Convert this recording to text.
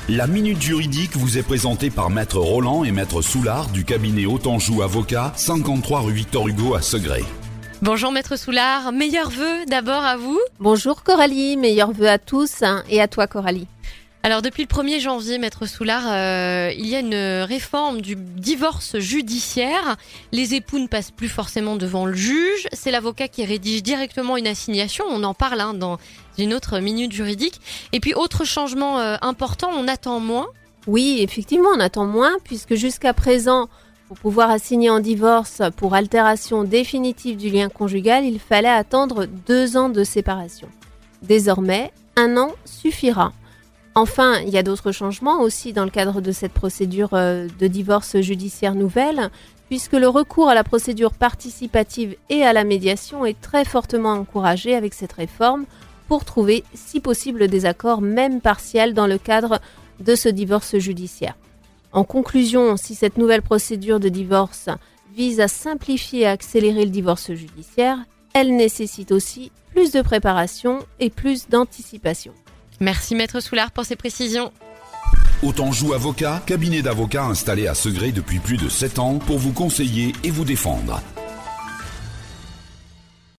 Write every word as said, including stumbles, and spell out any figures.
La Minute Juridique vous est présentée par Maître Roland et Maître Soulard du cabinet Autanjou Avocat, cinquante-trois rue Victor Hugo à Segré. Bonjour Maître Soulard, meilleurs vœux d'abord à vous. Bonjour Coralie, meilleurs vœux à tous hein, et à toi Coralie. Alors depuis le premier janvier, Maître Soulard, euh, il y a une réforme du divorce judiciaire. Les époux ne passent plus forcément devant le juge. C'est l'avocat qui rédige directement une assignation. On en parle hein, dans une autre minute juridique. Et puis autre changement euh, important, on attend moins. Oui, effectivement, on attend moins puisque jusqu'à présent, pour pouvoir assigner en divorce pour altération définitive du lien conjugal, il fallait attendre deux ans de séparation. Désormais, un an suffira. Enfin, il y a d'autres changements aussi dans le cadre de cette procédure de divorce judiciaire nouvelle, puisque le recours à la procédure participative et à la médiation est très fortement encouragé avec cette réforme pour trouver, si possible, des accords, même partiels, dans le cadre de ce divorce judiciaire. En conclusion, si cette nouvelle procédure de divorce vise à simplifier et à accélérer le divorce judiciaire, elle nécessite aussi plus de préparation et plus d'anticipation. Merci Maître Soulard pour ces précisions. Autanjou Avocat, cabinet d'avocats installé à Segré depuis plus de sept ans pour vous conseiller et vous défendre.